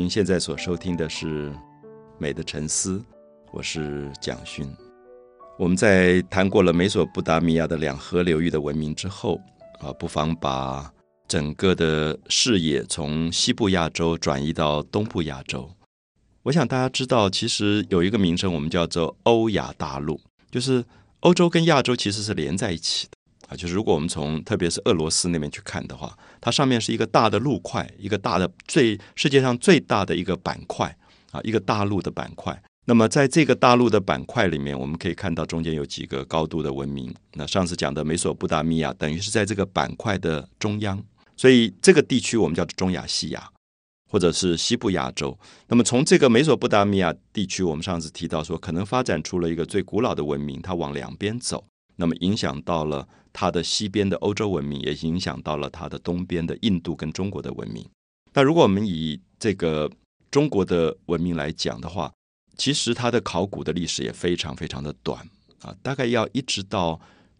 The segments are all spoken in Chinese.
您现在所收听的是《美的沉思》，我是蒋勋。我们在谈过了美索不达米亚的两河流域的文明之后，不妨把整个的视野从西部亚洲转移到东部亚洲。我想大家知道，其实有一个名称我们叫做欧亚大陆，就是欧洲跟亚洲其实是连在一起的。就是如果我们从特别是俄罗斯那边去看的话，它上面是一个大的陆块，一个大的世界上最大的一个板块，一个大陆的板块。那么在这个大陆的板块里面，我们可以看到中间有几个高度的文明。那上次讲的美索不达米亚等于是在这个板块的中央，所以这个地区我们叫做中亚西亚或者是西部亚洲。那么从这个美索不达米亚地区，我们上次提到说可能发展出了一个最古老的文明，它往两边走，那么影响到了它的西边的欧洲文明，也影响到了它的东边的印度跟中国的文明。那如果我们以这个中国的文明来讲的话，其实它的考古的历史也非常非常的短，大概要一直到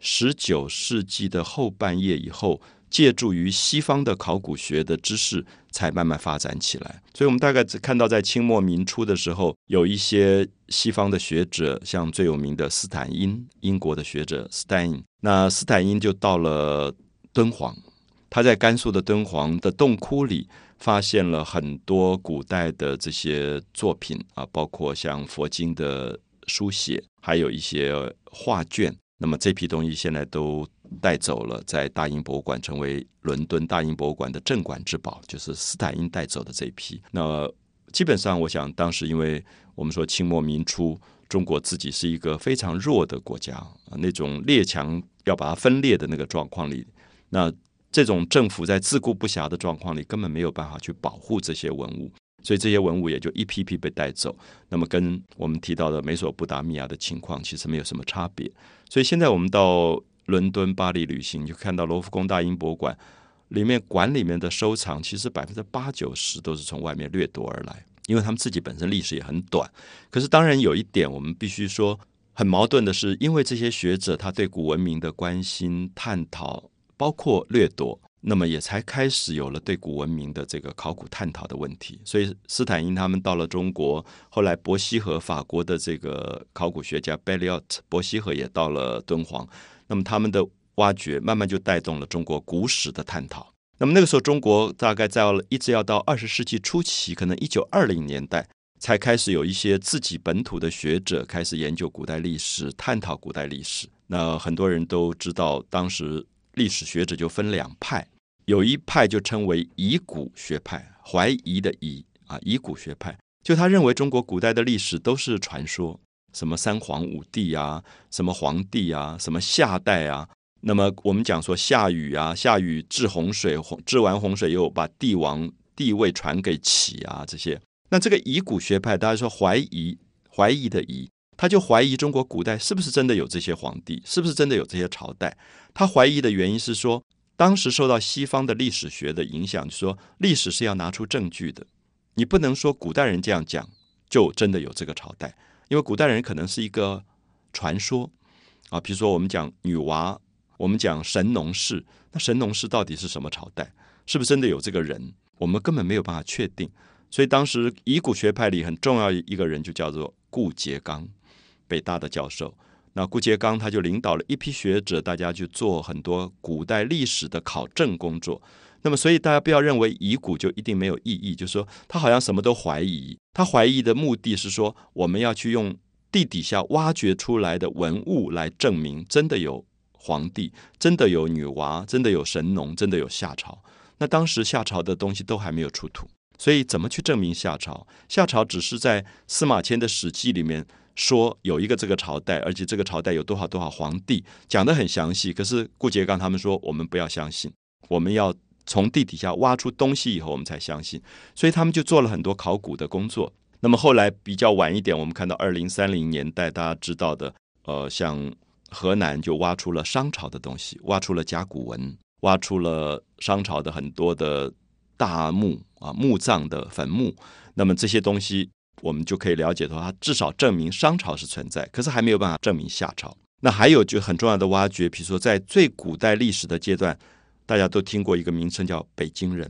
19世纪的后半叶以后，借助于西方的考古学的知识才慢慢发展起来。所以我们大概只看到在清末民初的时候，有一些西方的学者，像最有名的斯坦因，英国的学者斯坦因。那斯坦因就到了敦煌，他在甘肃的敦煌的洞窟里发现了很多古代的这些作品，包括像佛经的书写，还有一些画卷。那么这批东西现在都带走了，在大英博物馆成为伦敦大英博物馆的镇馆之宝，就是斯坦因带走的这一批。那基本上我想当时因为我们说清末民初，中国自己是一个非常弱的国家，那种列强要把它分裂的那个状况里，那这种政府在自顾不暇的状况里根本没有办法去保护这些文物，所以这些文物也就一批批被带走。那么跟我们提到的美索不达米亚的情况其实没有什么差别。所以现在我们到伦敦、巴黎旅行，就看到罗浮宫大英博物馆里面的收藏，其实80%-90%都是从外面掠夺而来，因为他们自己本身历史也很短。可是当然有一点我们必须说很矛盾的是，因为这些学者他对古文明的关心、探讨，包括掠夺，那么也才开始有了对古文明的这个考古探讨的问题。所以斯坦因他们到了中国，后来伯希和法国的这个考古学家 Belliot 伯希和也到了敦煌，那么他们的挖掘慢慢就带动了中国古史的探讨。那么那个时候中国大概一直要到20世纪初期，可能1920年代才开始有一些自己本土的学者开始研究古代历史，探讨古代历史。那很多人都知道，当时历史学者就分两派，有一派就称为疑古学派，怀疑的疑，疑古学派，就他认为中国古代的历史都是传说，什么三皇五帝啊，什么皇帝啊，什么夏代啊。那么我们讲说夏禹治洪水，治完洪水又把帝王地位传给启啊，这些。那这个疑古学派，大家说怀疑的疑，他就怀疑中国古代是不是真的有这些皇帝，是不是真的有这些朝代。他怀疑的原因是说，当时受到西方的历史学的影响，就是说历史是要拿出证据的，你不能说古代人这样讲就真的有这个朝代，因为古代人可能是一个传说比如说我们讲女娲，我们讲神农氏，那神农氏到底是什么朝代，是不是真的有这个人，我们根本没有办法确定。所以当时疑古学派里很重要一个人就叫做顾颉刚，北大的教授。那顾颉刚他就领导了一批学者，大家去做很多古代历史的考证工作。那么所以大家不要认为疑古就一定没有意义，就是说他好像什么都怀疑，他怀疑的目的是说我们要去用地底下挖掘出来的文物来证明真的有皇帝，真的有女娲，真的有神农，真的有夏朝。那当时夏朝的东西都还没有出土，所以怎么去证明夏朝？夏朝只是在司马迁的史记里面说有一个这个朝代，而且这个朝代有多少多少皇帝，讲得很详细。可是顾颉刚他们说我们不要相信，我们要从地底下挖出东西以后我们才相信。所以他们就做了很多考古的工作。那么后来比较晚一点，我们看到2030年代大家知道的像河南就挖出了商朝的东西，挖出了甲骨文，挖出了商朝的很多的大墓墓葬的坟墓。那么这些东西我们就可以了解到，它至少证明商朝是存在，可是还没有办法证明夏朝。那还有就很重要的挖掘，比如说在最古代历史的阶段，大家都听过一个名称叫北京人。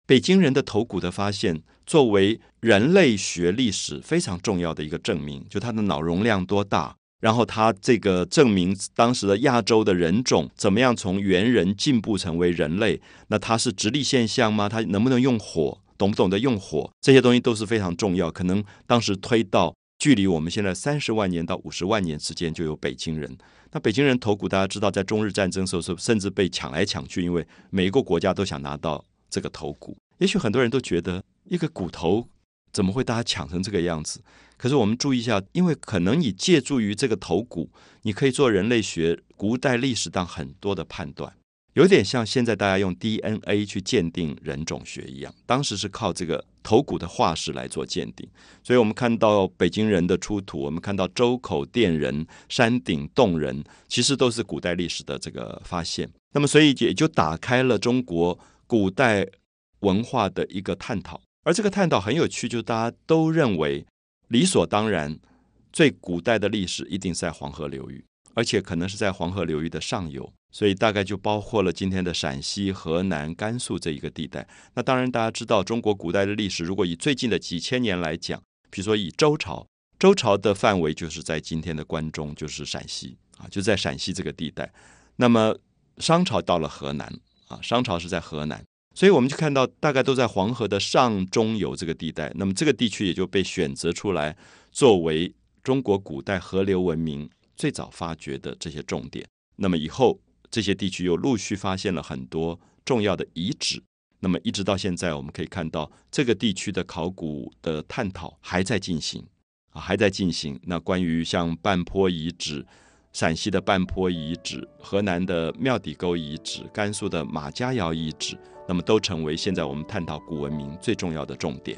北京人的头骨的发现作为人类学历史非常重要的一个证明，就它的脑容量多大，然后它这个证明当时的亚洲的人种怎么样从猿人进步成为人类，那它是直立现象吗？它能不能用火，懂不懂得用火，这些东西都是非常重要，可能当时推到距离我们现在30万年到50万年之间就有北京人。那北京人头骨大家知道在中日战争的时候甚至被抢来抢去，因为每一个国家都想拿到这个头骨。也许很多人都觉得一个骨头怎么会大家抢成这个样子，可是我们注意一下，因为可能你借助于这个头骨，你可以做人类学古代历史上很多的判断，有点像现在大家用 DNA 去鉴定人种学一样，当时是靠这个头骨的化石来做鉴定。所以我们看到北京人的出土，我们看到周口店人、山顶洞人，其实都是古代历史的这个发现。那么所以也就打开了中国古代文化的一个探讨，而这个探讨很有趣，就是大家都认为理所当然最古代的历史一定是在黄河流域，而且可能是在黄河流域的上游，所以大概就包括了今天的陕西、河南、甘肃这一个地带。那当然大家知道中国古代的历史，如果以最近的几千年来讲，比如说以周朝，周朝的范围就是在今天的关中，就是陕西就在陕西这个地带。那么商朝到了河南商朝是在河南，所以我们就看到大概都在黄河的上中游这个地带，那么这个地区也就被选择出来作为中国古代河流文明最早发掘的这些重点。那么以后这些地区又陆续发现了很多重要的遗址，那么一直到现在我们可以看到这个地区的考古的探讨还在进行还在进行。那关于像半坡遗址、陕西的半坡遗址、河南的庙底沟遗址、甘肃的马家窑遗址，那么都成为现在我们探讨古文明最重要的重点。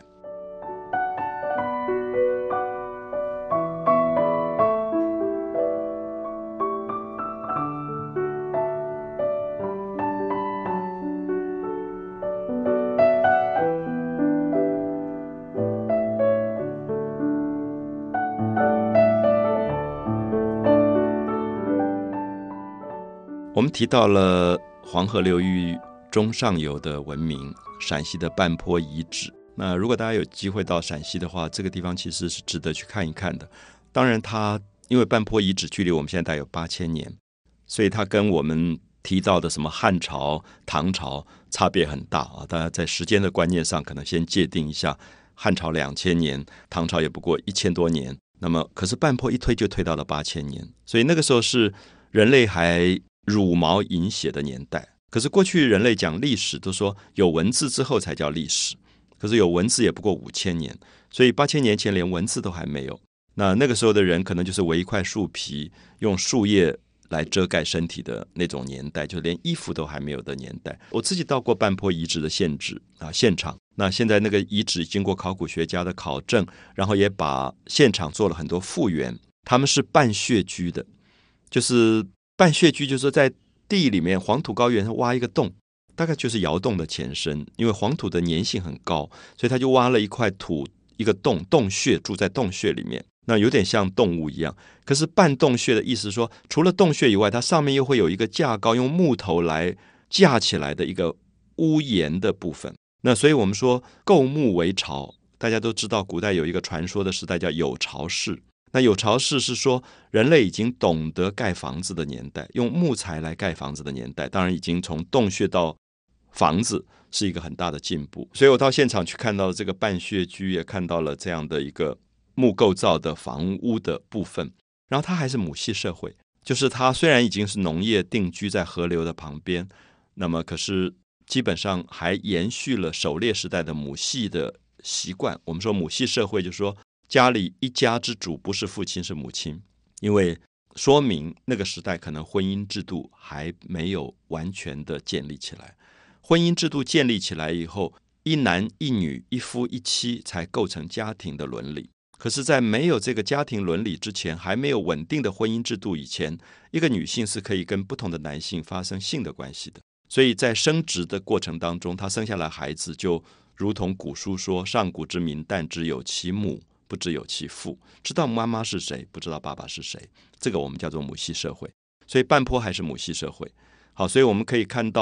我们提到了黄河流域中上游的文明，陕西的半坡遗址。那如果大家有机会到陕西的话，这个地方其实是值得去看一看的。当然它因为半坡遗址距离我们现在大概有8000年，所以它跟我们提到的什么汉朝、唐朝差别很大大家在时间的观念上可能先界定一下，汉朝2000年，唐朝也不过1000多年，那么可是半坡一推就推到了8000年，所以那个时候是人类还茹毛饮血的年代。可是过去人类讲历史都说有文字之后才叫历史，可是有文字也不过5000年，所以8000年前连文字都还没有。那个时候的人可能就是围一块树皮，用树叶来遮盖身体的那种年代，就连衣服都还没有的年代。我自己到过半坡遗址的现场，那现在那个遗址经过考古学家的考证，然后也把现场做了很多复原，他们是半穴居的，就是半穴居就是在地里面黄土高原挖一个洞，大概就是窑洞的前身，因为黄土的粘性很高，所以他就挖了一块土，一个洞穴，住在洞穴里面，那有点像动物一样。可是半洞穴的意思是说，除了洞穴以外，它上面又会有一个架高，用木头来架起来的一个屋檐的部分。那所以我们说构木为巢，大家都知道古代有一个传说的时代叫有巢氏。那有巢氏是说人类已经懂得盖房子的年代，用木材来盖房子的年代，当然已经从洞穴到房子是一个很大的进步。所以我到现场去看到这个半穴居，也看到了这样的一个木构造的房屋的部分。然后它还是母系社会，就是它虽然已经是农业定居在河流的旁边，那么可是基本上还延续了狩猎时代的母系的习惯。我们说母系社会就是说家里一家之主不是父亲是母亲，因为说明那个时代可能婚姻制度还没有完全的建立起来。婚姻制度建立起来以后，一男一女一夫一妻才构成家庭的伦理。可是在没有这个家庭伦理之前，还没有稳定的婚姻制度以前，一个女性是可以跟不同的男性发生性的关系的。所以在生殖的过程当中，她生下来孩子就如同古书说，上古之民但知有其母，不知有其父，知道妈妈是谁，不知道爸爸是谁，这个我们叫做母系社会。所以半坡还是母系社会。好，所以我们可以看到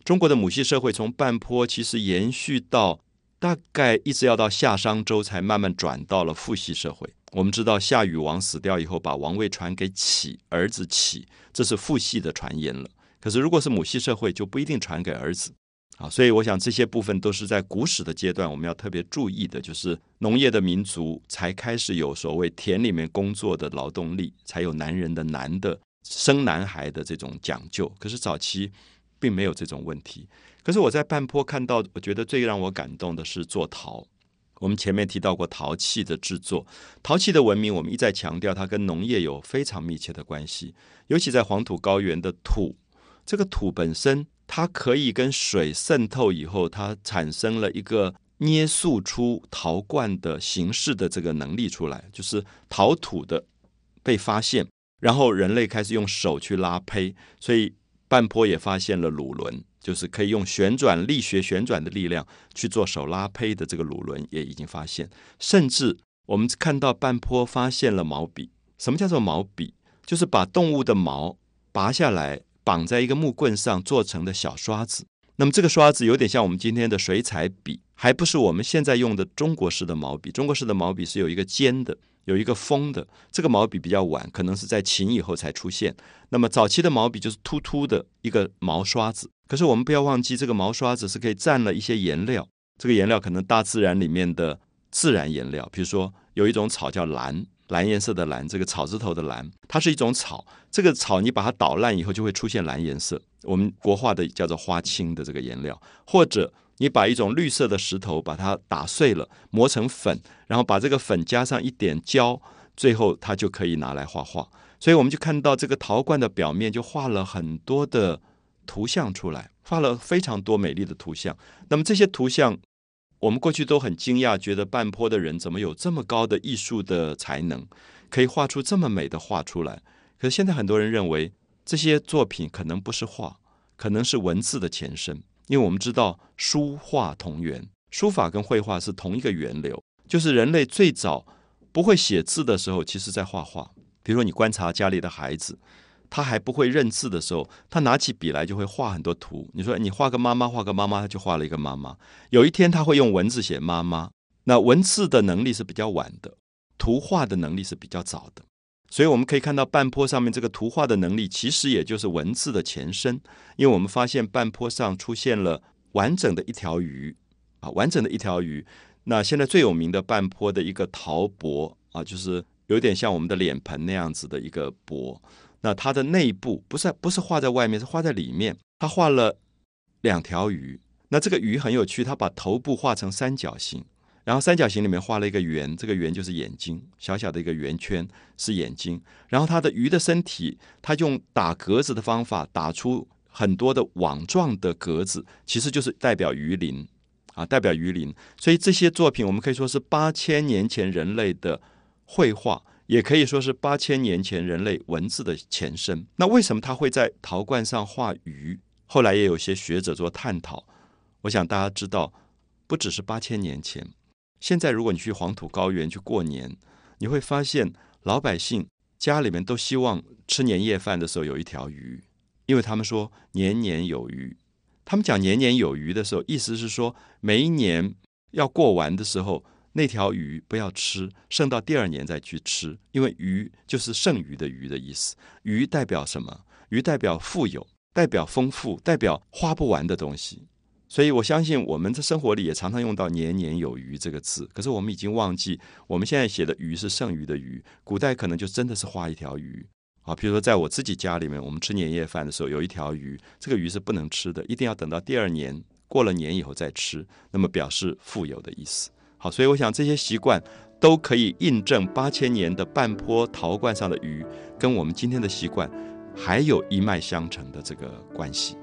中国的母系社会从半坡其实延续到大概一直要到夏商周才慢慢转到了父系社会。我们知道夏禹王死掉以后，把王位传给启，儿子启，这是父系的传言了。可是如果是母系社会，就不一定传给儿子。所以我想这些部分都是在古史的阶段我们要特别注意的，就是农业的民族才开始有所谓田里面工作的劳动力，才有男人的男的生男孩的这种讲究。可是早期并没有这种问题。可是我在半坡看到，我觉得最让我感动的是做陶。我们前面提到过陶器的制作，陶器的文明我们一再强调它跟农业有非常密切的关系，尤其在黄土高原的土，这个土本身它可以跟水渗透以后，它产生了一个捏塑出陶罐的形式的这个能力出来，就是陶土的被发现，然后人类开始用手去拉胚，所以半坡也发现了橹轮，就是可以用力学旋转的力量去做手拉胚的这个橹轮也已经发现。甚至我们看到半坡发现了毛笔。什么叫做毛笔？就是把动物的毛拔下来绑在一个木棍上做成的小刷子。那么这个刷子有点像我们今天的水彩笔，还不是我们现在用的中国式的毛笔。中国式的毛笔是有一个尖的，有一个锋的，这个毛笔比较晚，可能是在秦以后才出现。那么早期的毛笔就是突突的一个毛刷子。可是我们不要忘记，这个毛刷子是可以蘸了一些颜料，这个颜料可能大自然里面的自然颜料，比如说有一种草叫蓝颜色的蓝，这个草字头的蓝，它是一种草，这个草你把它捣烂以后就会出现蓝颜色，我们国画的叫做花青的这个颜料。或者你把一种绿色的石头把它打碎了磨成粉，然后把这个粉加上一点胶，最后它就可以拿来画画。所以我们就看到这个陶罐的表面就画了很多的图像出来，画了非常多美丽的图像。那么这些图像我们过去都很惊讶，觉得半坡的人怎么有这么高的艺术的才能，可以画出这么美的画出来。可是现在很多人认为这些作品可能不是画，可能是文字的前身。因为我们知道书画同源，书法跟绘画是同一个源流，就是人类最早不会写字的时候，其实在画画。比如说你观察家里的孩子，他还不会认字的时候，他拿起笔来就会画很多图。你说你画个妈妈，画个妈妈，他就画了一个妈妈。有一天他会用文字写妈妈，那文字的能力是比较晚的，图画的能力是比较早的。所以我们可以看到半坡上面这个图画的能力其实也就是文字的前身。因为我们发现半坡上出现了完整的一条鱼，完整的一条鱼。那现在最有名的半坡的一个陶钵，就是有点像我们的脸盆那样子的一个钵，那它的内部不是画在外面，是画在里面。它画了2条鱼，那这个鱼很有趣，它把头部画成三角形，然后三角形里面画了一个圆，这个圆就是眼睛，小小的一个圆圈是眼睛。然后它的鱼的身体，它用打格子的方法打出很多的网状的格子，其实就是代表鱼鳞代表鱼鳞。所以这些作品我们可以说是8000年前人类的绘画，也可以说是8000年前人类文字的前身。那为什么他会在陶罐上画鱼？后来也有些学者做探讨。我想大家知道，不只是8000年前，现在如果你去黄土高原去过年，你会发现老百姓家里面都希望吃年夜饭的时候有一条鱼，因为他们说年年有余。他们讲年年有余的时候，意思是说每一年要过完的时候，那条鱼不要吃，剩到第2年再去吃。因为鱼就是剩余的鱼的意思。鱼代表什么？鱼代表富有，代表丰富，代表花不完的东西。所以我相信我们在生活里也常常用到年年有余这个字，可是我们已经忘记我们现在写的鱼是剩余的鱼，古代可能就真的是画一条鱼比如说在我自己家里面，我们吃年夜饭的时候有一条鱼，这个鱼是不能吃的，一定要等到第2年过了年以后再吃，那么表示富有的意思。好，所以我想这些习惯都可以印证8000年的半坡陶罐上的鱼跟我们今天的习惯还有一脉相承的这个关系。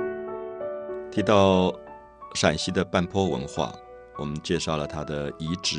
提到陕西的半坡文化，我们介绍了它的遗址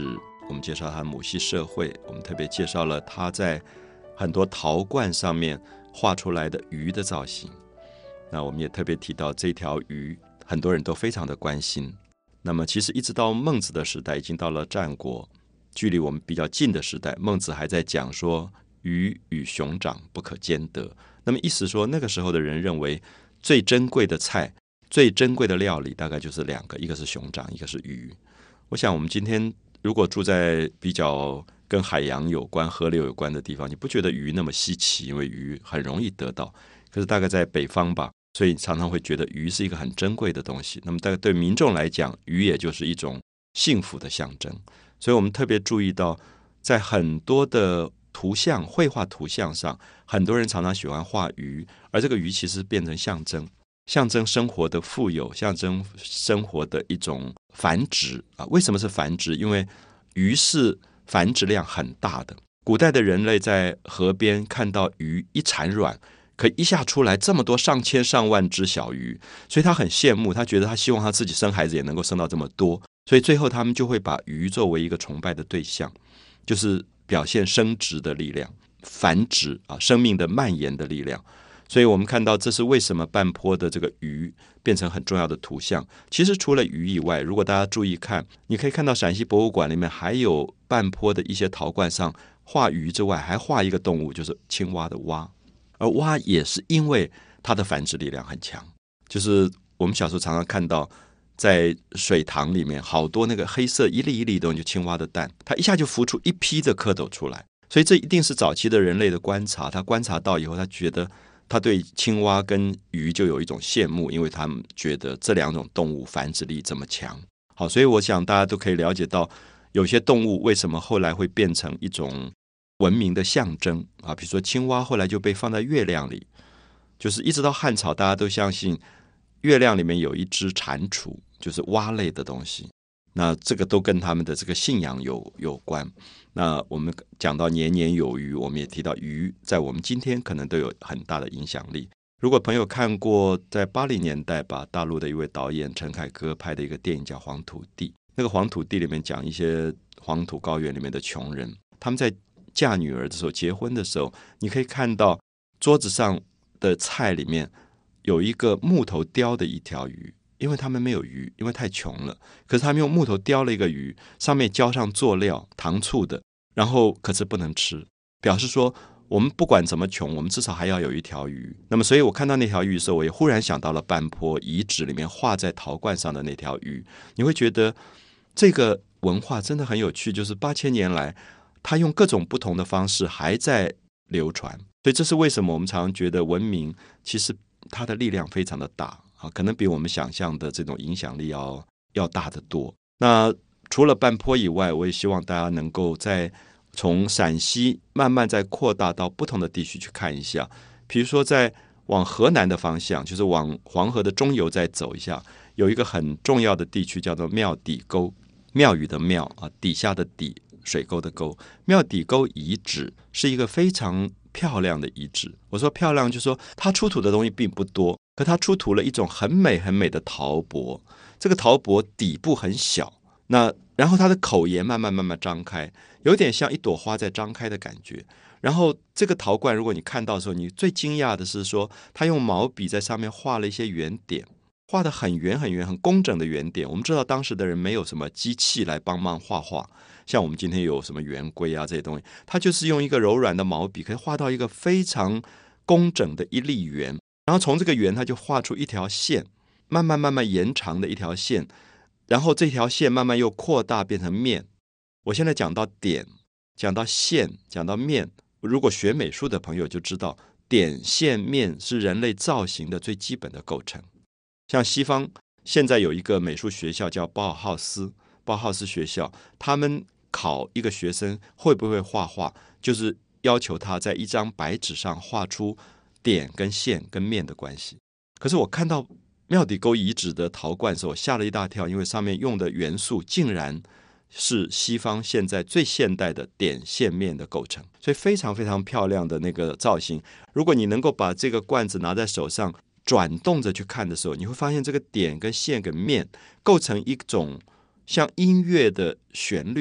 我们介绍他的母系社会，我们特别介绍了他在很多陶罐上面画出来的鱼的造型。那我们也特别提到这条鱼很多人都非常的关心。那么其实一直到孟子的时代，已经到了战国，距离我们比较近的时代，孟子还在讲说鱼与熊掌不可兼得。那么意思说那个时候的人认为最珍贵的菜，最珍贵的料理大概就是两个，一个是熊掌，一个是鱼。我想我们今天如果住在比较跟海洋有关、河流有关的地方，你不觉得鱼那么稀奇，因为鱼很容易得到。可是大概在北方吧，所以常常会觉得鱼是一个很珍贵的东西。那么大概对民众来讲，鱼也就是一种幸福的象征。所以我们特别注意到，在很多的图像、绘画图像上，很多人常常喜欢画鱼，而这个鱼其实变成象征，象征生活的富有，象征生活的一种繁殖啊。为什么是繁殖？因为鱼是繁殖量很大的。古代的人类在河边看到鱼一产卵，可以一下出来这么多上千上万只小鱼，所以他很羡慕，他觉得他希望他自己生孩子也能够生到这么多，所以最后他们就会把鱼作为一个崇拜的对象，就是表现生殖的力量，繁殖啊，生命的蔓延的力量。所以我们看到这是为什么半坡的这个鱼变成很重要的图像。其实除了鱼以外，如果大家注意看，你可以看到陕西博物馆里面还有半坡的一些陶罐上画鱼之外，还画一个动物，就是青蛙的蛙。而蛙也是因为它的繁殖力量很强，就是我们小时候常常看到在水塘里面好多那个黑色一粒一粒的东西，就青蛙的蛋，它一下就孵出一批的蝌蚪出来。所以这一定是早期的人类的观察，他观察到以后，他觉得他对青蛙跟鱼就有一种羡慕，因为他们觉得这两种动物繁殖力这么强。好，所以我想大家都可以了解到，有些动物为什么后来会变成一种文明的象征啊。比如说青蛙后来就被放在月亮里，就是一直到汉朝，大家都相信月亮里面有一只蟾蜍，就是蛙类的东西。那这个都跟他们的这个信仰有关。那我们讲到年年有余，我们也提到鱼在我们今天可能都有很大的影响力。如果朋友看过在80年代吧，大陆的一位导演陈凯歌拍的一个电影叫《黄土地》，那个黄土地里面讲一些黄土高原里面的穷人，他们在嫁女儿的时候，结婚的时候，你可以看到桌子上的菜里面有一个木头雕的一条鱼，因为他们没有鱼，因为太穷了，可是他们用木头雕了一个鱼，上面浇上佐料糖醋的，然后可是不能吃，表示说我们不管怎么穷，我们至少还要有一条鱼。那么所以我看到那条鱼的时候，我也忽然想到了半坡遗址里面画在陶罐上的那条鱼。你会觉得这个文化真的很有趣，就是8000年来它用各种不同的方式还在流传。所以这是为什么我们常常觉得文明其实它的力量非常的大，可能比我们想象的这种影响力要大得多。那除了半坡以外，我也希望大家能够再从陕西慢慢再扩大到不同的地区去看一下。比如说在往河南的方向，就是往黄河的中游再走一下，有一个很重要的地区叫做庙底沟，庙宇的庙啊，底下的底，水沟的沟。庙底沟遗址是一个非常漂亮的遗址。我说漂亮，就是说它出土的东西并不多，可它出土了一种很美很美的陶钵。这个陶钵底部很小，然后它的口沿慢慢张开，有点像一朵花在张开的感觉。然后这个陶罐，如果你看到的时候，你最惊讶的是说，他用毛笔在上面画了一些圆点，画得很圆很圆很工整的圆点。我们知道当时的人没有什么机器来帮忙画画，像我们今天有什么圆规啊这些东西，他就是用一个柔软的毛笔可以画到一个非常工整的一粒圆，然后从这个圆他就画出一条线，慢慢延长的一条线，然后这条线慢慢又扩大变成面。我现在讲到点，讲到线，讲到面，如果学美术的朋友就知道，点线面是人类造型的最基本的构成。像西方现在有一个美术学校叫包尔浩斯学校，他们考一个学生会不会画画，就是要求他在一张白纸上画出点跟线跟面的关系。可是我看到庙底沟遗址的陶罐的时候，我吓了一大跳，因为上面用的元素竟然是西方现在最现代的点线面的构成，所以非常非常漂亮的那个造型。如果你能够把这个罐子拿在手上转动着去看的时候，你会发现这个点跟线跟面构成一种像音乐的旋律，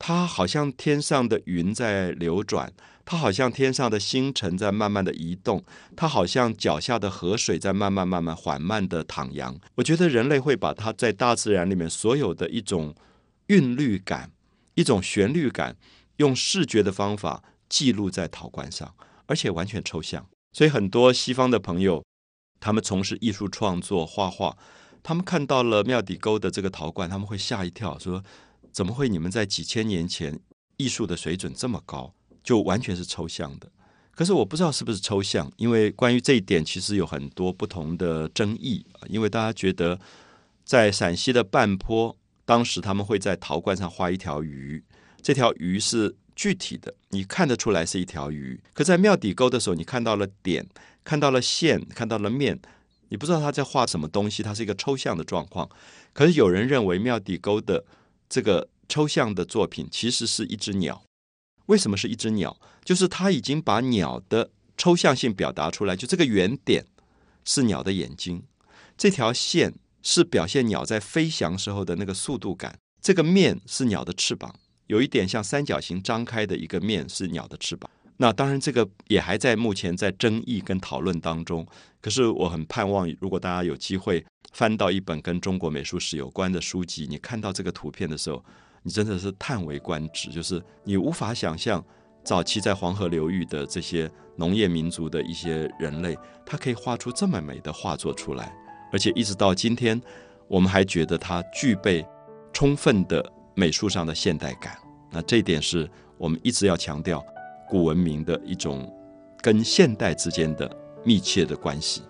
它好像天上的云在流转，它好像天上的星辰在慢慢的移动，它好像脚下的河水在慢慢缓慢的徜徉。我觉得人类会把它在大自然里面所有的一种韵律感、一种旋律感，用视觉的方法记录在陶罐上，而且完全抽象。所以很多西方的朋友，他们从事艺术创作、画画，他们看到了庙底沟的这个陶罐，他们会吓一跳，说怎么会你们在几千年前艺术的水准这么高，就完全是抽象的。可是我不知道是不是抽象，因为关于这一点其实有很多不同的争议。因为大家觉得在陕西的半坡，当时他们会在陶罐上画一条鱼，这条鱼是具体的，你看得出来是一条鱼。可在庙底沟的时候，你看到了点，看到了线，看到了面，你不知道他在画什么东西，它是一个抽象的状况。可是有人认为庙底沟的这个抽象的作品其实是一只鸟。为什么是一只鸟？就是他已经把鸟的抽象性表达出来，就这个圆点是鸟的眼睛，这条线是表现鸟在飞翔时候的那个速度感，这个面是鸟的翅膀，有一点像三角形张开的一个面是鸟的翅膀。那当然这个也还在目前在争议跟讨论当中，可是我很盼望如果大家有机会翻到一本跟中国美术史有关的书籍，你看到这个图片的时候，你真的是叹为观止，就是你无法想象早期在黄河流域的这些农业民族的一些人类，他可以画出这么美的画作出来，而且一直到今天我们还觉得它具备充分的美术上的现代感。那这一点是我们一直要强调古文明的一种跟现代之间的密切的关系。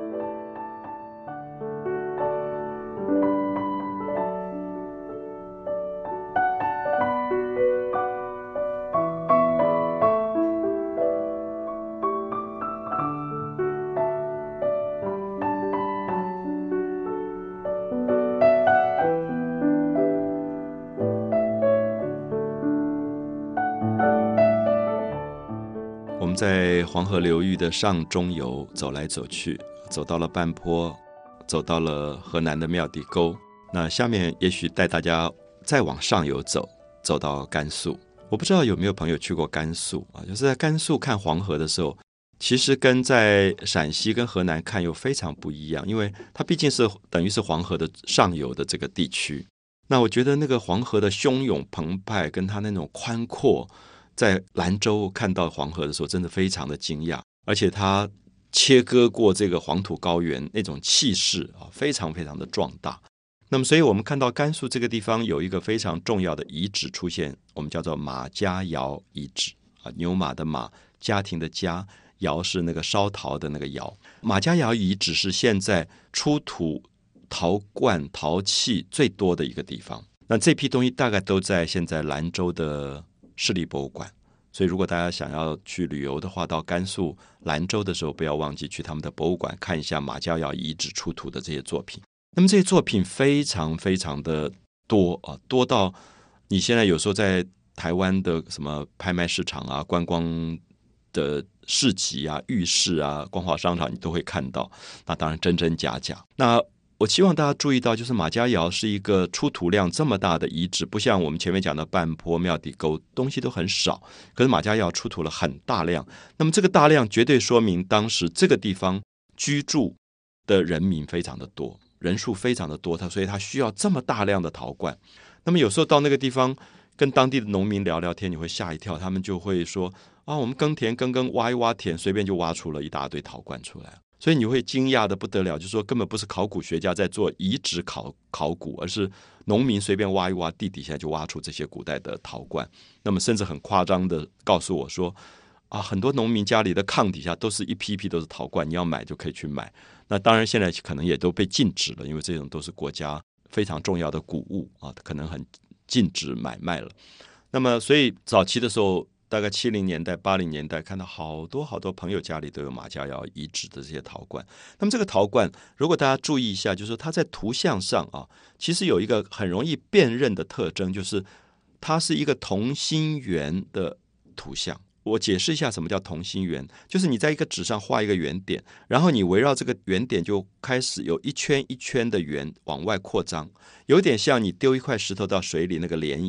我们在黄河流域的上中游走来走去，走到了半坡，走到了河南的庙底沟，那下面也许带大家再往上游走，走到甘肃。我不知道有没有朋友去过甘肃啊？就是在甘肃看黄河的时候，其实跟在陕西跟河南看又非常不一样，因为它毕竟是等于是黄河的上游的这个地区。那我觉得那个黄河的汹涌澎湃跟它那种宽阔，在兰州看到黄河的时候真的非常的惊讶，而且它切割过这个黄土高原那种气势非常非常的壮大。那么所以我们看到甘肃这个地方有一个非常重要的遗址出现，我们叫做马家窑遗址牛马的马，家庭的家，窑是那个烧陶的那个窑。马家窑遗址是现在出土陶罐陶器最多的一个地方，那这批东西大概都在现在兰州的市立博物馆。所以如果大家想要去旅游的话，到甘肃兰州的时候，不要忘记去他们的博物馆看一下马家窑遗址出土的这些作品。那么这些作品非常非常的多多到你现在有时候在台湾的什么拍卖市场啊、观光的市集啊、浴室啊、光华商场，你都会看到。那当然真真假假。那我希望大家注意到，就是马家窑是一个出土量这么大的遗址，不像我们前面讲的半坡、庙底沟东西都很少，可是马家窑出土了很大量。那么这个大量绝对说明当时这个地方居住的人民非常的多，人数非常的多，所以他需要这么大量的陶罐。那么有时候到那个地方跟当地的农民聊聊天，你会吓一跳，他们就会说我们耕田耕挖一挖田，随便就挖出了一大堆陶罐出来。所以你会惊讶的不得了，就是说根本不是考古学家在做遗址考古，而是农民随便挖一挖，地底下就挖出这些古代的陶罐。那么甚至很夸张的告诉我说很多农民家里的炕底下都是一批批都是陶罐，你要买就可以去买。那当然现在可能也都被禁止了，因为这种都是国家非常重要的古物可能很禁止买卖了。那么所以早期的时候，大概70年代80年代，看到好多好多朋友家里都有马家窑遗址的这些陶罐。那么这个陶罐如果大家注意一下，就是它在图像上其实有一个很容易辨认的特征，就是它是一个同心圆的图像。我解释一下什么叫同心圆，就是你在一个纸上画一个圆点，然后你围绕这个圆点就开始有一圈一圈的圆往外扩张，有点像你丢一块石头到水里那个涟漪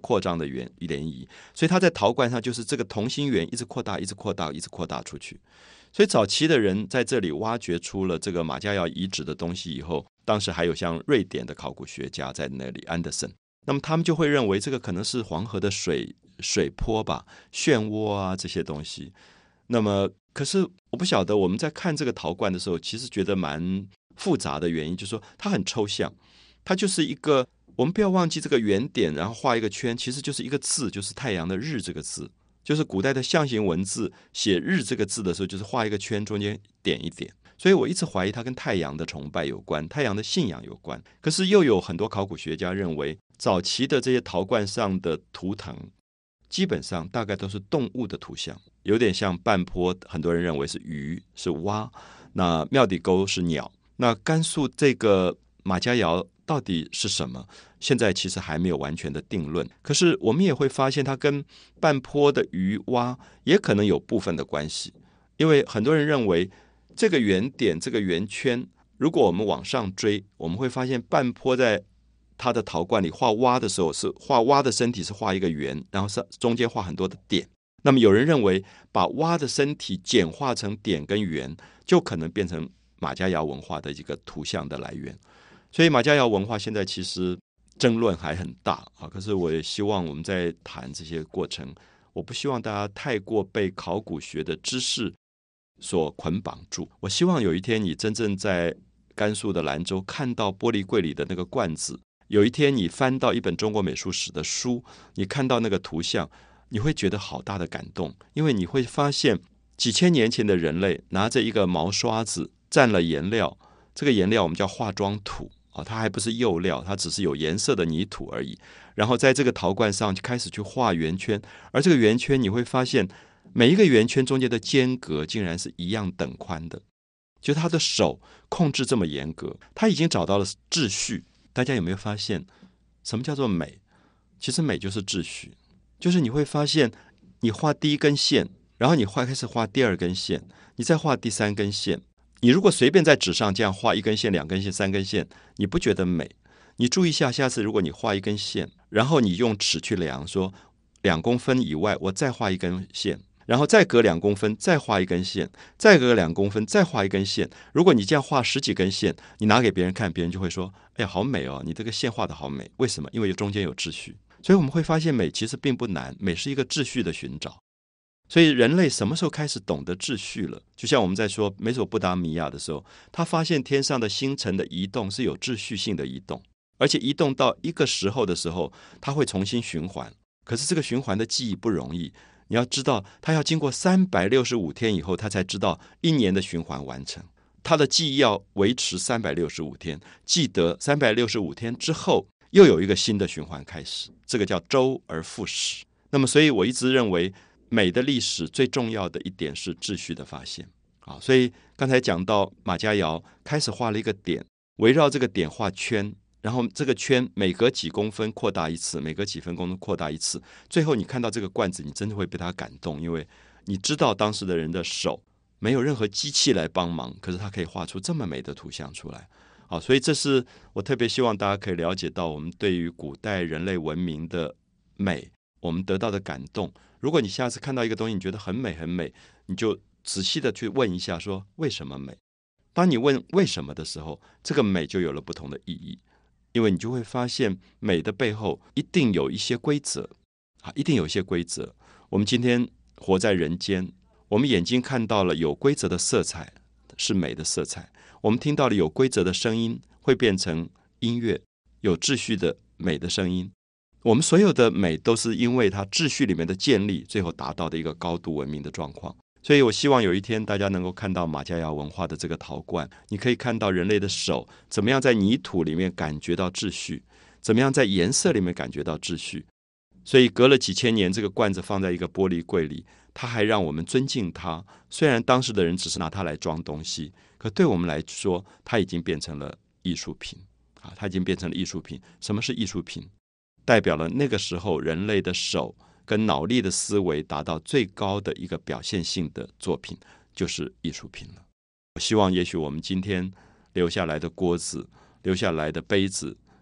扩张的涟漪，所以它在陶罐上就是这个同心圆一直扩大，一直扩大，一直扩大出去。所以早期的人在这里挖掘出了这个马家窑遗址的东西以后，当时还有像瑞典的考古学家在那里，安德森，那么他们就会认为这个可能是黄河的水波吧，漩涡啊这些东西。那么可是我不晓得我们在看这个陶罐的时候，其实觉得蛮复杂的原因，就是说它很抽象，它就是一个，我们不要忘记这个圆点，然后画一个圈，其实就是一个字，就是太阳的日这个字，就是古代的象形文字写日这个字的时候，就是画一个圈，中间点一点。所以我一直怀疑它跟太阳的崇拜有关，太阳的信仰有关。可是又有很多考古学家认为，早期的这些陶罐上的图腾基本上大概都是动物的图像，有点像半坡，很多人认为是鱼是蛙，那庙底沟是鸟。那甘肃这个马家窑到底是什么？现在其实还没有完全的定论。可是我们也会发现，它跟半坡的鱼蛙也可能有部分的关系，因为很多人认为这个圆点、这个圆圈，如果我们往上追，我们会发现半坡在它的陶罐里画蛙的时候，是画蛙的身体是画一个圆，然后中间画很多的点。那么有人认为，把蛙的身体简化成点跟圆，就可能变成马家窑文化的一个图像的来源。所以马家窑文化现在其实争论还很大啊。可是我也希望我们在谈这些过程，我不希望大家太过被考古学的知识所捆绑住。我希望有一天你真正在甘肃的兰州看到玻璃柜里的那个罐子，有一天你翻到一本中国美术史的书，你看到那个图像，你会觉得好大的感动，因为你会发现几千年前的人类拿着一个毛刷子蘸了颜料，这个颜料我们叫化妆土，它还不是釉料，它只是有颜色的泥土而已。然后在这个陶罐上就开始去画圆圈，而这个圆圈你会发现每一个圆圈中间的间隔竟然是一样等宽的，就他的手控制这么严格，他已经找到了秩序。大家有没有发现什么叫做美？其实美就是秩序，就是你会发现你画第一根线，然后你开始画第二根线，你再画第三根线。你如果随便在纸上这样画一根线、两根线、三根线，你不觉得美。你注意一下，下次如果你画一根线，然后你用尺去量，说2公分以外我再画一根线，然后再隔2公分再画一根线，再隔2公分再画一根线。如果你这样画10几根线，你拿给别人看，别人就会说，哎呀好美哦，你这个线画得好美。为什么？因为中间有秩序。所以我们会发现美其实并不难，美是一个秩序的寻找。所以人类什么时候开始懂得秩序了？就像我们在说美索不达米亚的时候，他发现天上的星辰的移动是有秩序性的移动，而且移动到一个时候的时候，它会重新循环。可是这个循环的记忆不容易，你要知道，他要经过365天以后，他才知道1年的循环完成。他的记忆要维持365天，记得365天之后又有一个新的循环开始，这个叫周而复始。那么，所以我一直认为，美的历史最重要的一点是秩序的发现啊。所以刚才讲到马家窑开始画了一个点，围绕这个点画圈，然后这个圈每隔几公分扩大一次，每隔几分公分扩大一次，最后你看到这个罐子，你真的会被它感动，因为你知道当时的人的手没有任何机器来帮忙，可是他可以画出这么美的图像出来。好，所以这是我特别希望大家可以了解到我们对于古代人类文明的美，我们得到的感动。如果你下次看到一个东西你觉得很美很美，你就仔细的去问一下说为什么美。当你问为什么的时候，这个美就有了不同的意义，因为你就会发现美的背后一定有一些规则啊，一定有一些规则。我们今天活在人间，我们眼睛看到了有规则的色彩是美的色彩，我们听到了有规则的声音会变成音乐，有秩序的美的声音。我们所有的美都是因为它秩序里面的建立，最后达到的一个高度文明的状况。所以我希望有一天大家能够看到马家窑文化的这个陶罐，你可以看到人类的手怎么样在泥土里面感觉到秩序，怎么样在颜色里面感觉到秩序。所以隔了几千年，这个罐子放在一个玻璃柜里，它还让我们尊敬它。虽然当时的人只是拿它来装东西，可对我们来说，它已经变成了艺术品啊！它已经变成了艺术品。什么是艺术品？代表了那个时候人类的手跟脑力的思维达到最高的一个表现性的作品，就是艺术品了。我希望也许我们今天留下来的锅子，留下来的杯子，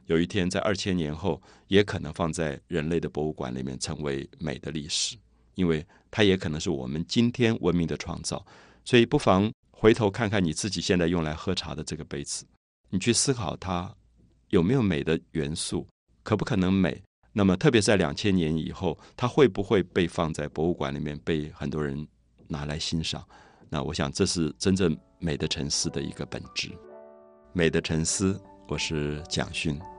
有一天在2000年后也可能放在人类的博物馆里面成为美的历史，因为它也可能是我们今天文明的创造。所以不妨回头看看你自己现在用来喝茶的这个杯子，你去思考它有没有美的元素，可不可能美。那么特别在2000年以后，它会不会被放在博物馆里面被很多人拿来欣赏。那我想这是真正美的沉思的一个本质。美的沉思，我是蒋勋。